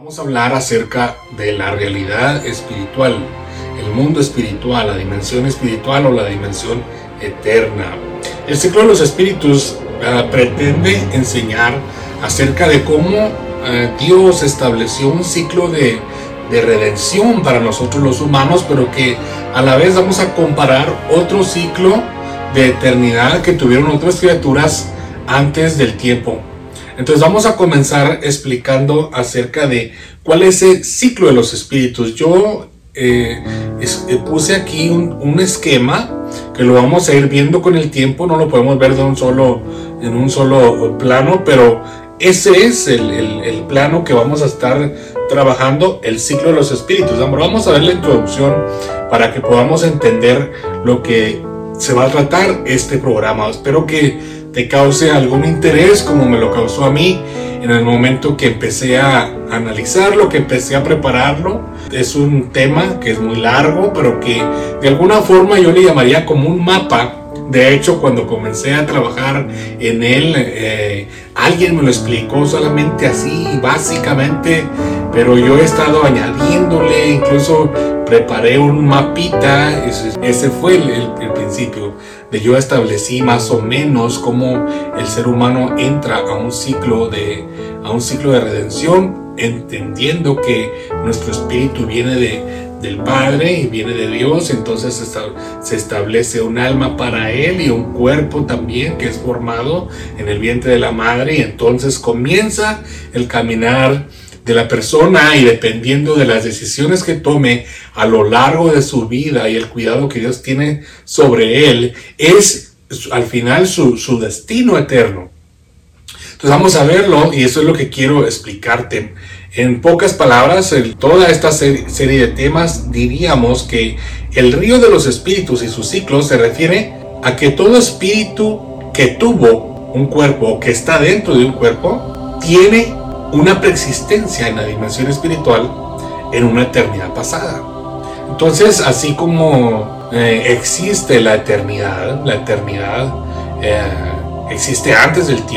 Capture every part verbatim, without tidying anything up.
Vamos a hablar acerca de la realidad espiritual, el mundo espiritual, la dimensión espiritual o la dimensión eterna. El ciclo de los espíritus uh, pretende enseñar acerca de cómo uh, Dios estableció un ciclo de, de redención para nosotros los humanos, pero que a la vez vamos a comparar otro ciclo de eternidad que tuvieron otras criaturas antes del tiempo. Entonces vamos a comenzar explicando acerca de cuál es el ciclo de los espíritus. Yo eh, es, eh, puse aquí un, un esquema que lo vamos a ir viendo con el tiempo. No lo podemos ver de un solo, en un solo plano, pero ese es el, el, el plano que vamos a estar trabajando, el ciclo de los espíritus. Vamos a ver la introducción para que podamos entender lo que se va a tratar este programa. Espero que te cause algún interés como me lo causó a mí en el momento que empecé a analizarlo, que empecé a prepararlo. Es un tema que es muy largo, pero que de alguna forma yo le llamaría como un mapa. De hecho, cuando comencé a trabajar en él, eh, alguien me lo explicó solamente así, básicamente, pero yo he estado añadiéndole, incluso preparé un mapita. Ese, ese fue el, el, el principio de yo establecí más o menos cómo el ser humano entra a un ciclo de, a un ciclo de redención, entendiendo que nuestro espíritu viene de, del Padre y viene de Dios. Entonces se establece un alma para Él y un cuerpo también que es formado en el vientre de la madre, y entonces comienza el caminar de la persona, y dependiendo de las decisiones que tome a lo largo de su vida y el cuidado que Dios tiene sobre él, es al final su, su destino eterno. Entonces vamos a verlo, y eso es lo que quiero explicarte. En pocas palabras, en toda esta serie, serie de temas, diríamos que el río de los espíritus y sus ciclos se refiere a que todo espíritu que tuvo un cuerpo o que está dentro de un cuerpo tiene una preexistencia en la dimensión espiritual en una eternidad pasada. Entonces, así como eh, existe la eternidad, la eternidad eh, existe antes del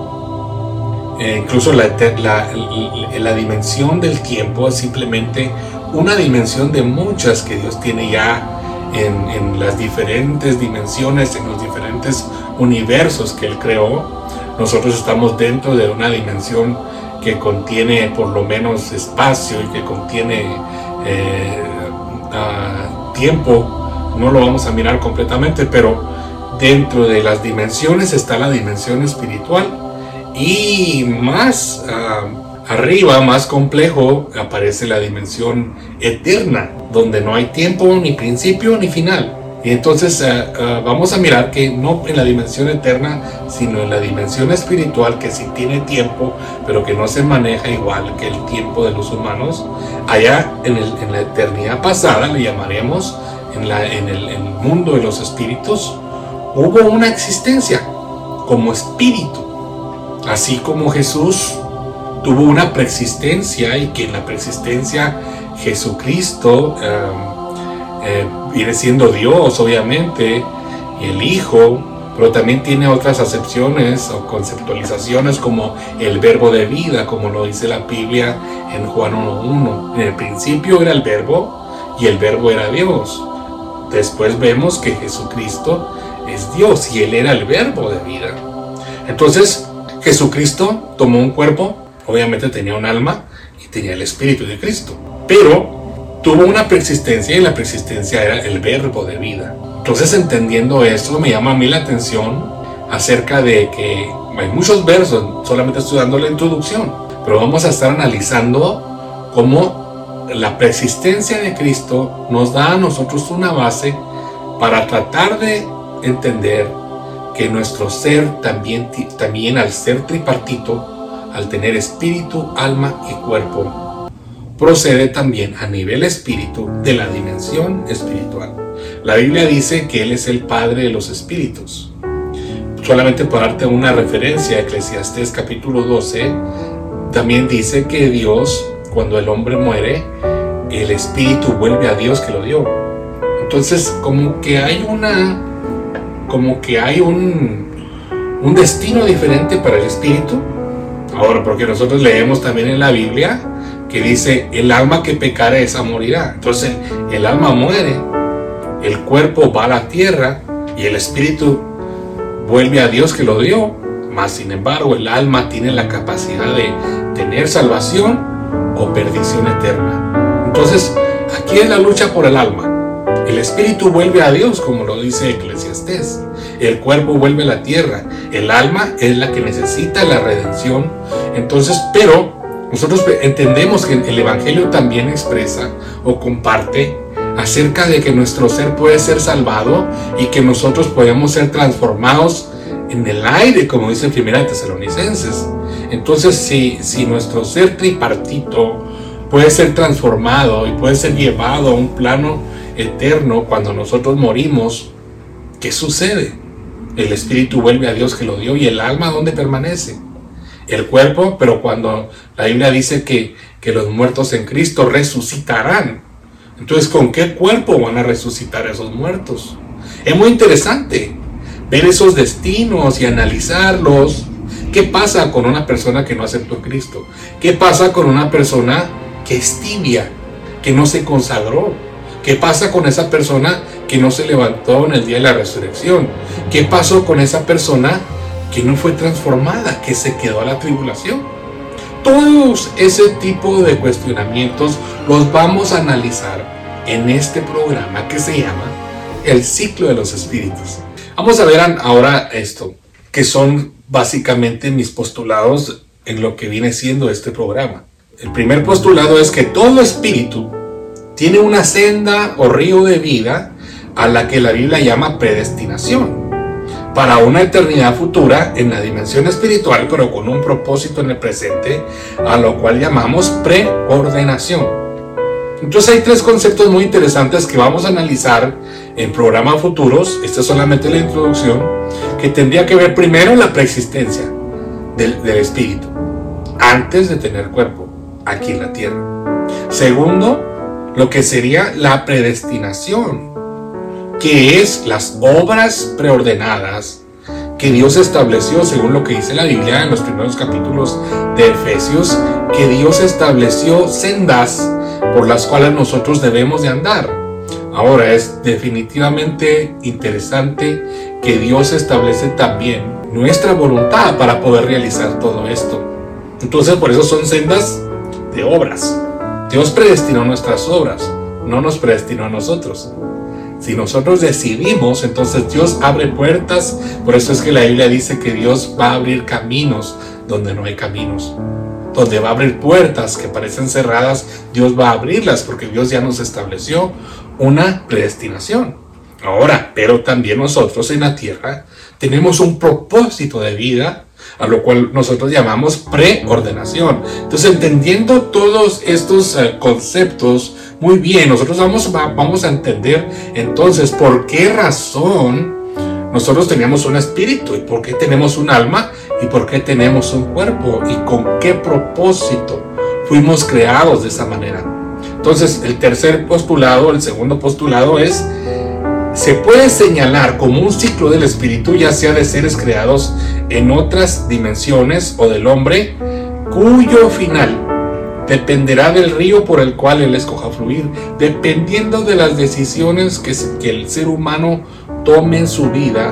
tiempo, eh, incluso la, la, la, la dimensión del tiempo es simplemente una dimensión de muchas que Dios tiene ya en, en las diferentes dimensiones, en los diferentes universos que Él creó. Nosotros estamos dentro de una dimensión que contiene por lo menos espacio y que contiene eh, uh, tiempo. No lo vamos a mirar completamente, pero dentro de las dimensiones está la dimensión espiritual, y más uh, arriba, más complejo, aparece la dimensión eterna, donde no hay tiempo, ni principio ni final. Y entonces uh, uh, vamos a mirar que no en la dimensión eterna, sino en la dimensión espiritual, que sí tiene tiempo, pero que no se maneja igual que el tiempo de los humanos. Allá en, el, en la eternidad pasada, le llamaremos, en, la, en, el, en el mundo de los espíritus, hubo una existencia como espíritu. Así como Jesús tuvo una preexistencia, y que en la preexistencia Jesucristo Um, Eh, viene siendo Dios, obviamente, y el Hijo, pero también tiene otras acepciones o conceptualizaciones como el verbo de vida, como lo dice la Biblia en Juan uno uno. En el principio era el verbo, y el verbo era Dios. Después vemos que Jesucristo es Dios, y Él era el verbo de vida. Entonces Jesucristo tomó un cuerpo, obviamente tenía un alma y tenía el Espíritu de Cristo, pero tuvo una preexistencia, y la preexistencia era el verbo de vida. Entonces, entendiendo esto, me llama a mí la atención acerca de que hay muchos versos, solamente estoy dando la introducción, pero vamos a estar analizando cómo la preexistencia de Cristo nos da a nosotros una base para tratar de entender que nuestro ser también, también al ser tripartito, al tener espíritu, alma y cuerpo, procede también a nivel espíritu de la dimensión espiritual. La Biblia dice que Él es el Padre de los espíritus. Solamente para darte una referencia, Eclesiastés capítulo doce también dice que Dios, cuando el hombre muere, el espíritu vuelve a Dios que lo dio. Entonces, como que hay una, como que hay un, un destino diferente para el espíritu. Ahora, porque nosotros leemos también en la Biblia que dice, el alma que pecare esa morirá. Entonces el alma muere, el cuerpo va a la tierra y el espíritu vuelve a Dios que lo dio. Mas sin embargo el alma tiene la capacidad de tener salvación o perdición eterna. Entonces aquí es la lucha por el alma. El espíritu vuelve a Dios, como lo dice Eclesiastés. El cuerpo vuelve a la tierra. El alma es la que necesita la redención. Entonces, pero nosotros entendemos que el Evangelio también expresa o comparte acerca de que nuestro ser puede ser salvado y que nosotros podemos ser transformados en el aire, como dice en Primera Tesalonicenses. Entonces, si, si nuestro ser tripartito puede ser transformado y puede ser llevado a un plano eterno cuando nosotros morimos, ¿qué sucede? El espíritu vuelve a Dios que lo dio y el alma, ¿dónde permanece? El cuerpo, pero cuando la Biblia dice que, que los muertos en Cristo resucitarán, entonces ¿con qué cuerpo van a resucitar esos muertos? Es muy interesante ver esos destinos y analizarlos. ¿Qué pasa con una persona que no aceptó a Cristo? ¿Qué pasa con una persona que es tibia, que no se consagró? ¿Qué pasa con esa persona que no se levantó en el día de la resurrección? ¿Qué pasó con esa persona que no fue transformada, que se quedó a la tribulación? Todos ese tipo de cuestionamientos los vamos a analizar en este programa que se llama El Ciclo de los Espíritus. Vamos a ver ahora esto, que son básicamente mis postulados en lo que viene siendo este programa. El primer postulado es que todo espíritu tiene una senda o río de vida a la que la Biblia llama predestinación para una eternidad futura en la dimensión espiritual, pero con un propósito en el presente, a lo cual llamamos preordenación. Entonces hay tres conceptos muy interesantes que vamos a analizar en programas futuros. Esta es solamente la introducción, que tendría que ver primero la preexistencia del, del espíritu antes de tener cuerpo aquí en la tierra. Segundo, lo que sería la predestinación, que es las obras preordenadas que Dios estableció, según lo que dice la Biblia en los primeros capítulos de Efesios, que Dios estableció sendas por las cuales nosotros debemos de andar. Ahora, es definitivamente interesante que Dios establece también nuestra voluntad para poder realizar todo esto. Entonces, por eso son sendas de obras. Dios predestinó nuestras obras, no nos predestinó a nosotros. Si nosotros decidimos, entonces Dios abre puertas. Por eso es que la Biblia dice que Dios va a abrir caminos donde no hay caminos. Donde va a abrir puertas que parecen cerradas, Dios va a abrirlas, porque Dios ya nos estableció una predestinación. Ahora, pero también nosotros en la tierra tenemos un propósito de vida, a lo cual nosotros llamamos preordenación. Entonces, entendiendo todos estos uh, conceptos muy bien, nosotros vamos, vamos a entender entonces por qué razón nosotros tenemos un espíritu, y por qué tenemos un alma, y por qué tenemos un cuerpo, y con qué propósito fuimos creados de esa manera. Entonces, el tercer postulado, el segundo postulado es: se puede señalar como un ciclo del espíritu, ya sea de seres creados en otras dimensiones o del hombre, cuyo final dependerá del río por el cual él escoja fluir, dependiendo de las decisiones que, que el ser humano tome en su vida,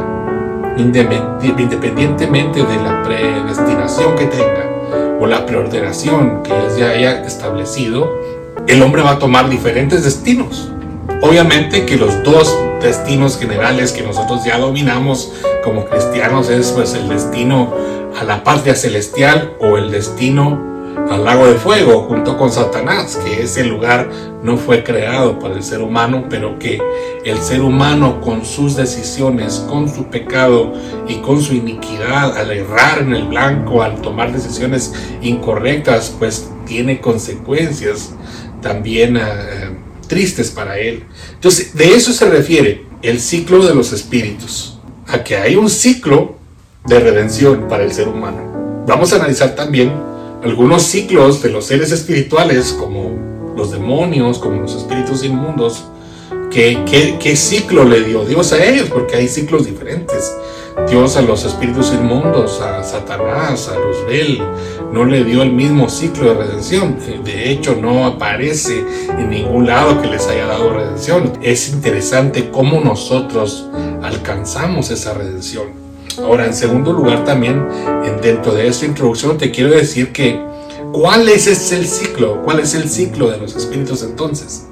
independientemente de la predestinación que tenga o la preordenación que Dios ya haya establecido. El hombre va a tomar diferentes destinos. Obviamente que los dos destinos generales que nosotros ya dominamos como cristianos es pues el destino a la patria celestial o el destino al lago de fuego junto con Satanás, que ese lugar no fue creado para el ser humano, pero que el ser humano con sus decisiones, con su pecado y con su iniquidad, al errar en el blanco, al tomar decisiones incorrectas, pues tiene consecuencias también uh, tristes para él. Entonces, de eso se refiere el ciclo de los espíritus, a que hay un ciclo de redención para el ser humano. Vamos a analizar también algunos ciclos de los seres espirituales, como los demonios, como los espíritus inmundos. ¿Qué, qué, qué ciclo le dio Dios a ellos? Porque hay ciclos diferentes. Dios a los espíritus inmundos, a Satanás, a Luzbel, no le dio el mismo ciclo de redención. De hecho, no aparece en ningún lado que les haya dado redención. Es interesante cómo nosotros alcanzamos esa redención. Ahora, en segundo lugar, también dentro de esta introducción te quiero decir que ¿cuál es ese el ciclo? ¿Cuál es el ciclo de los espíritus entonces?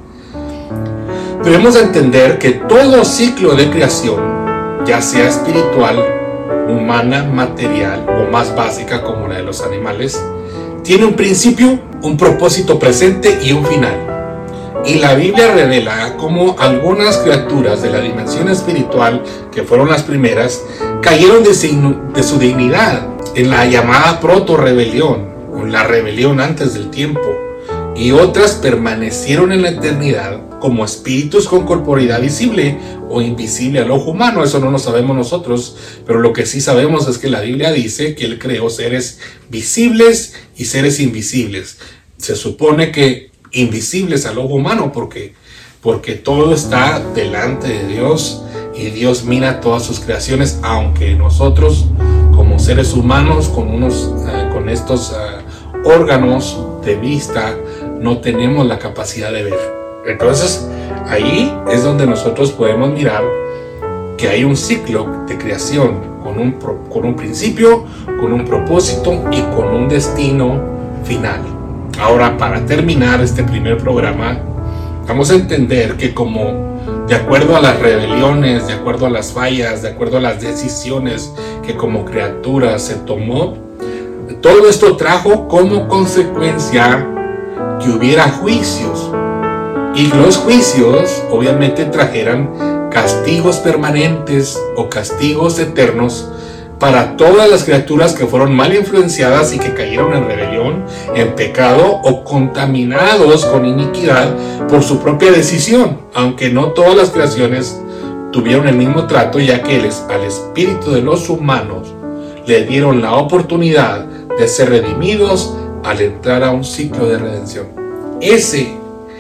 Debemos entender que todo ciclo de creación, ya sea espiritual, humana, material o más básica como la de los animales, tiene un principio, un propósito presente y un final. Y la Biblia revela cómo algunas criaturas de la dimensión espiritual, que fueron las primeras, cayeron de su, de su dignidad en la llamada proto-rebelión, o la rebelión antes del tiempo, y otras permanecieron en la eternidad como espíritus con corporeidad visible o invisible al ojo humano. Eso no lo sabemos nosotros, pero lo que sí sabemos es que la Biblia dice que Él creó seres visibles y seres invisibles. Se supone que invisibles al ojo humano porque, porque todo está delante de Dios y Dios mira todas sus creaciones, aunque nosotros como seres humanos con, unos, uh, con estos uh, órganos de vista no tenemos la capacidad de ver. Entonces, ahí es donde nosotros podemos mirar que hay un ciclo de creación con un, con un principio, con un propósito y con un destino final. Ahora, para terminar este primer programa, vamos a entender que como de acuerdo a las rebeliones, de acuerdo a las fallas, de acuerdo a las decisiones que como criatura se tomó, todo esto trajo como consecuencia que hubiera juicios. Y los juicios obviamente trajeran castigos permanentes o castigos eternos para todas las criaturas que fueron mal influenciadas y que cayeron en rebelión, en pecado o contaminados con iniquidad por su propia decisión, aunque no todas las creaciones tuvieron el mismo trato, ya que les, al espíritu de los humanos le dieron la oportunidad de ser redimidos al entrar a un ciclo de redención. Ese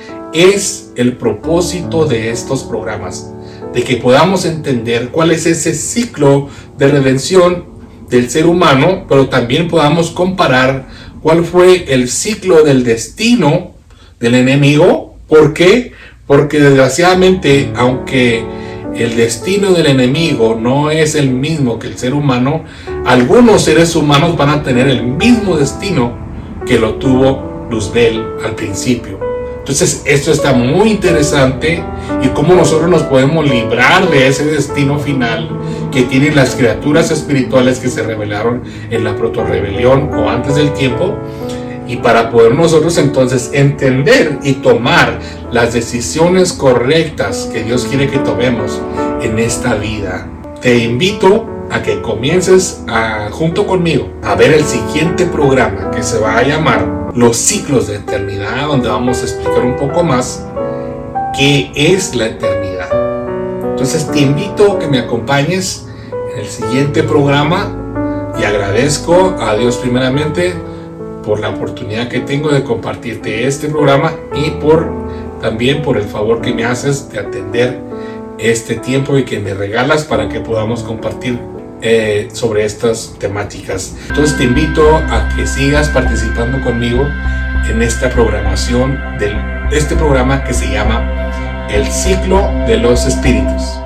es el propósito de estos programas, de que podamos entender cuál es ese ciclo de redención del ser humano, pero también podamos comparar cuál fue el ciclo del destino del enemigo. ¿Por qué? Porque desgraciadamente, aunque el destino del enemigo no es el mismo que el ser humano, algunos seres humanos van a tener el mismo destino que lo tuvo Luzbel al principio. Entonces esto está muy interesante, y cómo nosotros nos podemos librar de ese destino final que tienen las criaturas espirituales que se rebelaron en la proto-rebelión o antes del tiempo, y para poder nosotros entonces entender y tomar las decisiones correctas que Dios quiere que tomemos en esta vida. Te invito a que comiences a, junto conmigo a ver el siguiente programa, que se va a llamar Los Ciclos de Eternidad, donde vamos a explicar un poco más qué es la eternidad. Entonces te invito a que me acompañes en el siguiente programa, y agradezco a Dios primeramente por la oportunidad que tengo de compartirte este programa, y por también por el favor que me haces de atender este tiempo y que me regalas para que podamos compartir eh, sobre estas temáticas. Entonces te invito a que sigas participando conmigo en esta programación de este programa que se llama El Ciclo de los Espíritus.